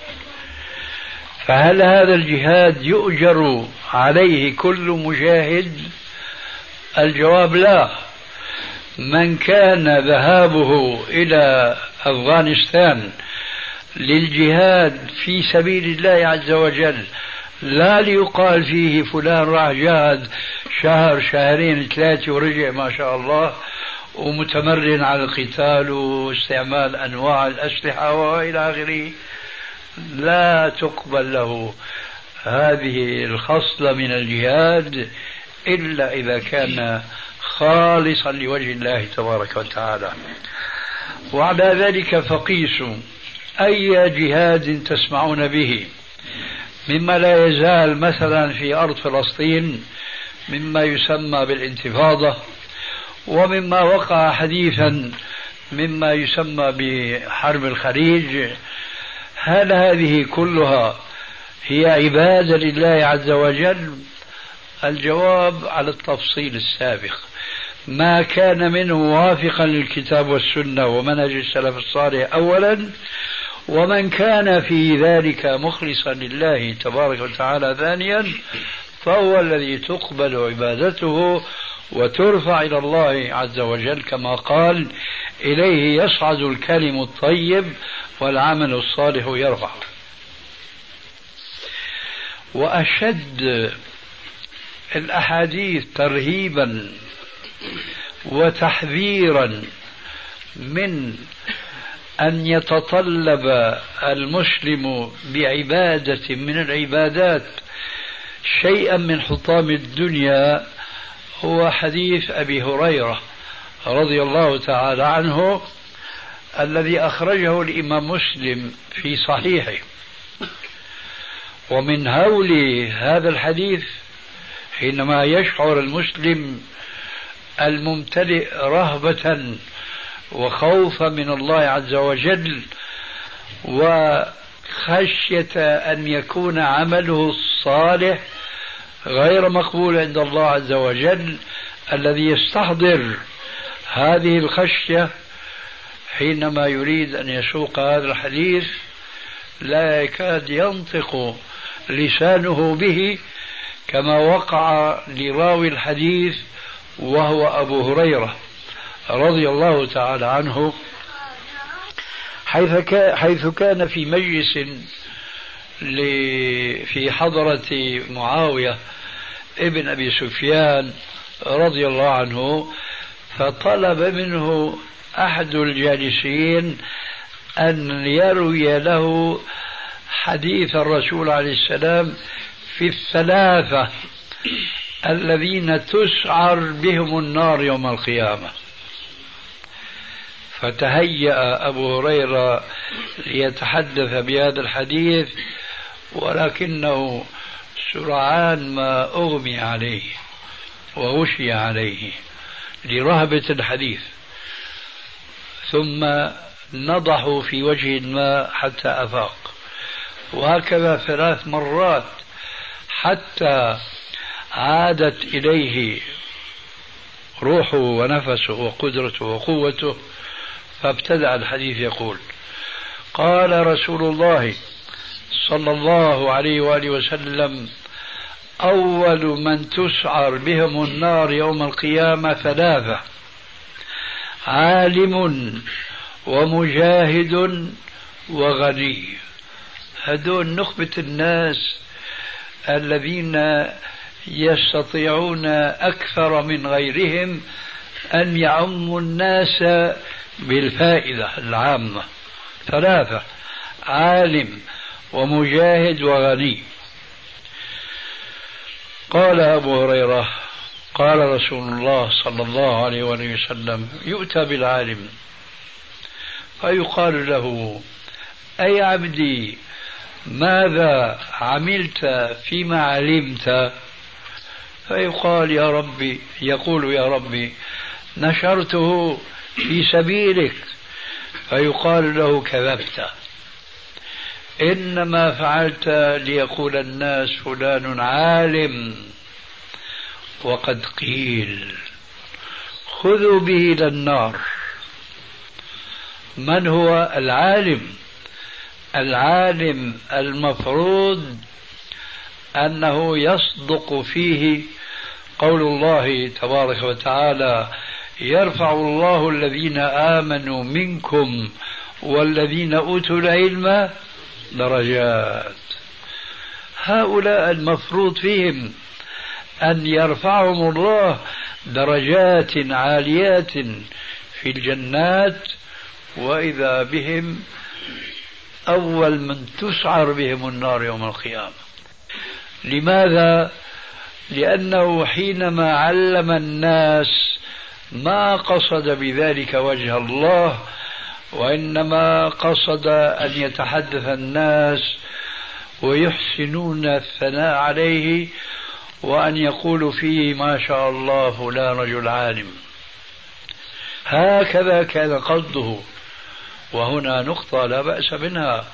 فهل هذا الجهاد يؤجر عليه كل مجاهد؟ الجواب لا. من كان ذهابه إلى أفغانستان للجهاد في سبيل الله عز وجل، لا ليقال فيه فلان راح جاهد شهر شهرين ثلاثة ورجع ما شاء الله ومتمرن على القتال واستعمال أنواع الأسلحة وإلى آخره، لا تقبل له هذه الخصلة من الجهاد إلا إذا كان خالصا لوجه الله تبارك وتعالى. وعلى ذلك فقيسوا أي جهاد تسمعون به مما لا يزال مثلا في أرض فلسطين مما يسمى بالانتفاضة، ومما وقع حديثا مما يسمى بحرب الخليج، هل هذه كلها هي عبادة لله عز وجل؟ الجواب على التفصيل السابق: ما كان منه موافقا للكتاب والسنة ومنهج السلف الصالح أولا، ومن كان في ذلك مخلصا لله تبارك وتعالى ثانيا، فهو الذي تقبل عبادته وترفع إلى الله عز وجل، كما قال: إليه يصعد الكلم الطيب والعمل الصالح يرفع. وأشد الأحاديث ترهيبا وتحذيرا من أن يتطلب المسلم بعبادة من العبادات شيئا من حطام الدنيا هو حديث أبي هريرة رضي الله تعالى عنه الذي أخرجه الإمام مسلم في صحيحه. ومن هول هذا الحديث حينما يشعر المسلم الممتلئ رهبة وخوفا من الله عز وجل وخشية أن يكون عمله الصالح غير مقبول عند الله عز وجل، الذي يستحضر هذه الخشية حينما يريد أن يسوق هذا الحديث لا يكاد ينطق لسانه به، كما وقع لراوي الحديث وهو أبو هريرة رضي الله تعالى عنه، حيث كان في مجلس في حضرة معاوية ابن أبي سفيان رضي الله عنه، فطلب منه أحد الجالسين أن يروي له حديث الرسول عليه السلام في الثلاثة الذين تسعر بهم النار يوم القيامة. فتهيأ أبو هريرة ليتحدث بهذا الحديث، ولكنه سرعان ما أغمي عليه وغشي عليه لرهبة الحديث، ثم نضحوا في وجه ما حتى أفاق، وهكذا ثلاث مرات حتى عادت إليه روحه ونفسه وقدرته وقوته، فابتدأ الحديث يقول: قال رسول الله صلى الله عليه وآله وسلم: أول من تسعر بهم النار يوم القيامة ثلاثة: عالم ومجاهد وغني. هذول نخبة الناس الذين يستطيعون أكثر من غيرهم أن يعموا الناس بالفائدة العامة. ثلاثة: عالم ومجاهد وغني. قال أبو هريرة: قال رسول الله صلى الله عليه وسلم: يؤتى بالعالم فيقال له: أي عبدي ماذا عملت فيما علمت؟ فيقال: يا ربي يقول: يا ربي نشرته في سبيلك. فيقال له: كذبت، إنما فعلت ليقول الناس فلان عالم، وقد قيل خذوا به إلى النار. من هو العالم؟ العالم المفروض أنه يصدق فيه قول الله تبارك وتعالى: يرفع الله الذين آمنوا منكم والذين أوتوا العلم درجات. هؤلاء المفروض فيهم أن يرفعهم الله درجات عاليات في الجنات، وإذا بهم أول من تسعر بهم النار يوم القيامة. لماذا؟ لأنه حينما علم الناس ما قصد بذلك وجه الله، وإنما قصد أن يتحدث الناس ويحسنون الثناء عليه، وأن يقولوا فيه: ما شاء الله فلان رجل عالم. هكذا كان قصده. وهنا نقطة لا بأس منها: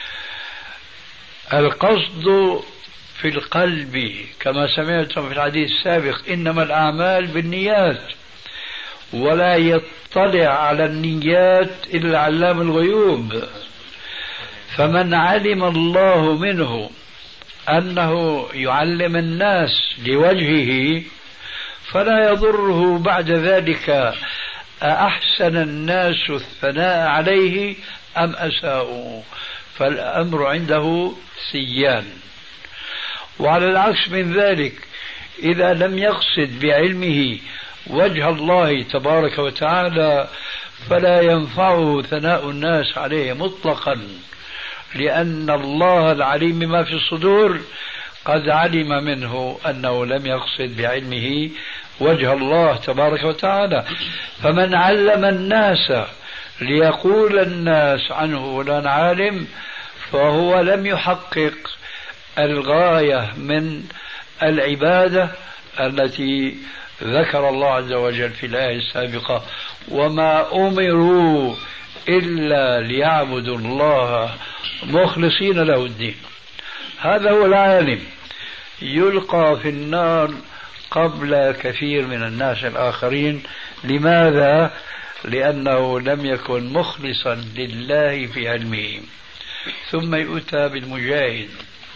القصد في القلب، كما سمعتم في الحديث السابق: إنما الأعمال بالنيات، ولا يطلع على النيات إلا علام الغيوب. فمن علم الله منه أنه يعلم الناس لوجهه فلا يضره بعد ذلك أحسن الناس الثناء عليه أم أساءوا، فالأمر عنده سيان. وعلى العكس من ذلك، إذا لم يقصد بعلمه وجه الله تبارك وتعالى فلا ينفعه ثناء الناس عليه مطلقا، لأن الله العليم بما في الصدور قد علم منه أنه لم يقصد بعلمه وجه الله تبارك وتعالى. فمن علم الناس ليقول الناس عنه فلان عالم فهو لم يحقق الغاية من العبادة التي ذكر الله عز وجل في الآية السابقة: وما أمروا إلا ليعبدوا الله مخلصين له الدين. هذا هو العالم، يلقى في النار قبل كثير من الناس الآخرين. لماذا؟ لأنه لم يكن مخلصا لله في علمه. ثم يؤتى بالمجاهد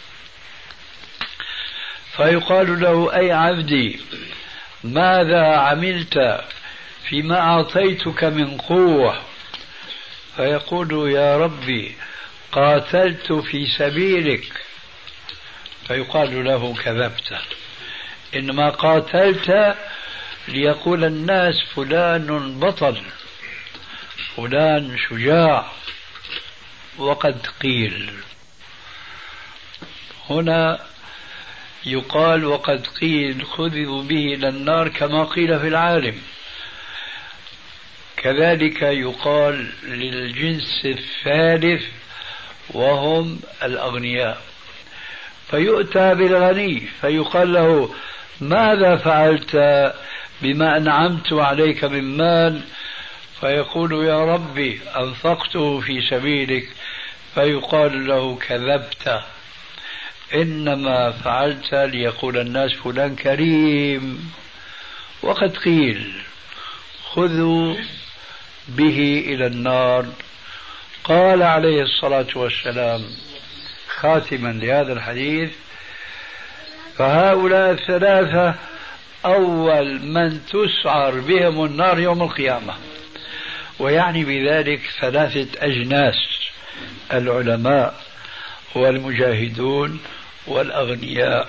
فيقال له: أي عبدي ماذا عملت فيما أعطيتك من قوة؟ فيقول: يا ربي قاتلت في سبيلك. فيقال له: كذبت، إنما قاتلت ليقول الناس فلان بطل، فلان شجاع، وقد قيل. هنا يقال وقد قيل خذوا به إلى النار كما قيل في العالم. كذلك يقال للجنس الثالث وهم الأغنياء. فيؤتى بالغني فيقال له: ماذا فعلت بما أنعمت عليك من مال؟ فيقول: يا ربي أنفقته في سبيلك. فيقال له: كذبت، إنما فعلت ليقول الناس فلان كريم. وقد قيل خذوا به إلى النار. قال عليه الصلاة والسلام خاتما لهذا الحديث: فهؤلاء الثلاثة أول من تسعر بهم النار يوم القيامة، ويعني بذلك ثلاثة أجناس: العلماء والمجاهدون والأغنياء.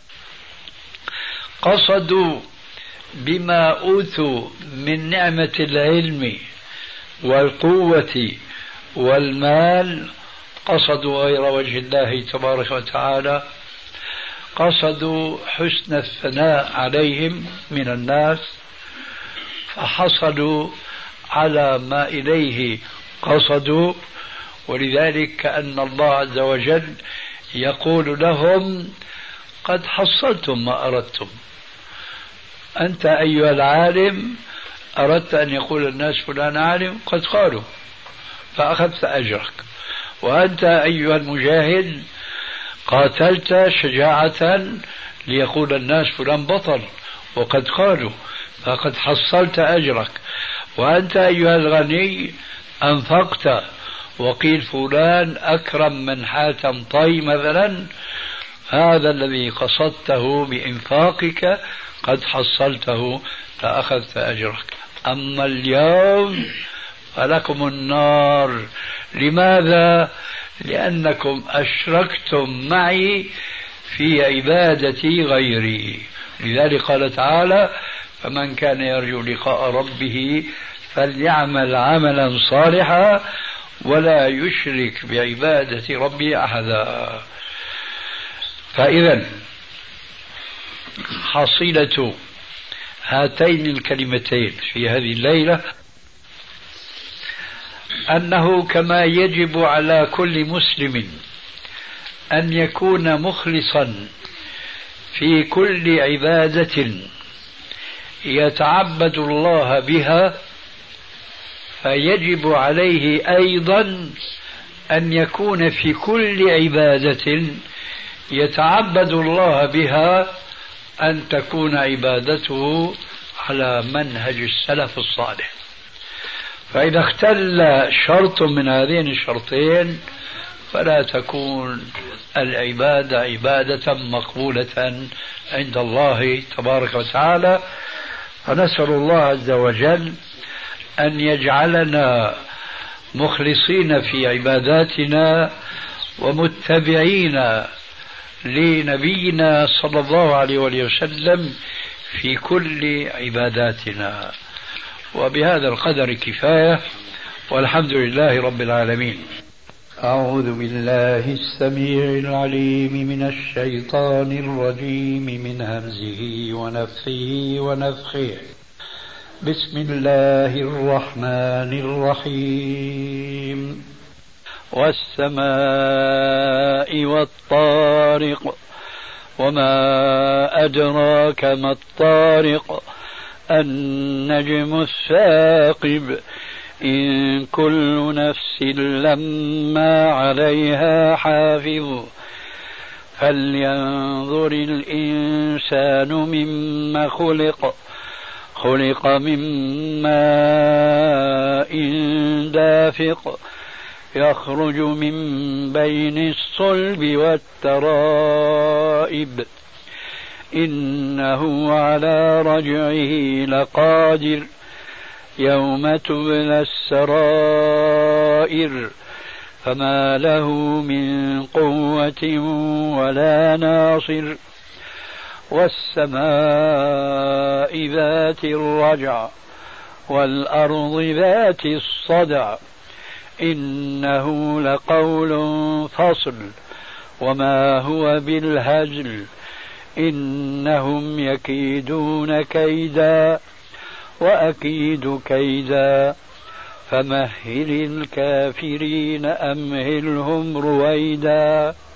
قصدوا بما أوتوا من نعمة العلم والقوة والمال، قصدوا غير وجه الله تبارك وتعالى، قصدوا حسن الثناء عليهم من الناس، فحصلوا على ما إليه قصدوا. ولذلك كأن الله عز وجل يقول لهم: قد حصلتم ما أردتم. أنت أيها العالم أردت أن يقول الناس فلان عالم، قد قالوا فأخذت أجرك. وأنت أيها المجاهد قاتلت شجاعة ليقول الناس فلان بطل، وقد قالوا فقد حصلت أجرك. وأنت أيها الغني أنفقت وقيل فلان أكرم من حاتم طي مثلا، هذا الذي قصدته بإنفاقك قد حصلته فأخذت أجرك. أما اليوم فلكم النار. لماذا؟ لأنكم أشركتم معي في عبادتي غيري. لذلك قال تعالى: فمن كان يرجو لقاء ربه فليعمل عملا صالحا ولا يشرك بعبادة ربه أحدا. فإذا حصيلة هاتين الكلمتين في هذه الليلة أنه كما يجب على كل مسلم أن يكون مخلصا في كل عبادة يتعبد الله بها، فيجب عليه أيضا أن يكون في كل عبادة يتعبد الله بها أن تكون عبادته على منهج السلف الصالح. فإذا اختل شرط من هذين الشرطين فلا تكون العبادة عبادة مقبولة عند الله تبارك وتعالى. فنسأل الله عز وجل أن يجعلنا مخلصين في عباداتنا ومتبعين لنبينا صلى الله عليه وسلم في كل عباداتنا. وبهذا القدر كفاية، والحمد لله رب العالمين. أعوذ بالله السميع العليم من الشيطان الرجيم من همزه ونفخه ونفخه. بسم الله الرحمن الرحيم. والسماء والطارق وما أدراك ما الطارق النجم الثاقب إن كل نفس لما عليها حافظ فلينظر الإنسان مما خلق خلق من ماء دافق يخرج من بين الصلب والترائب إنه على رجعه لقادر يوم تبلى السرائر فما له من قوة ولا ناصر. والسماء ذات الرجع والأرض ذات الصدع إنه لقول فصل وما هو بالهزل إنهم يكيدون كيدا وأكيد كيدا فمهل الكافرين أمهلهم رويدا.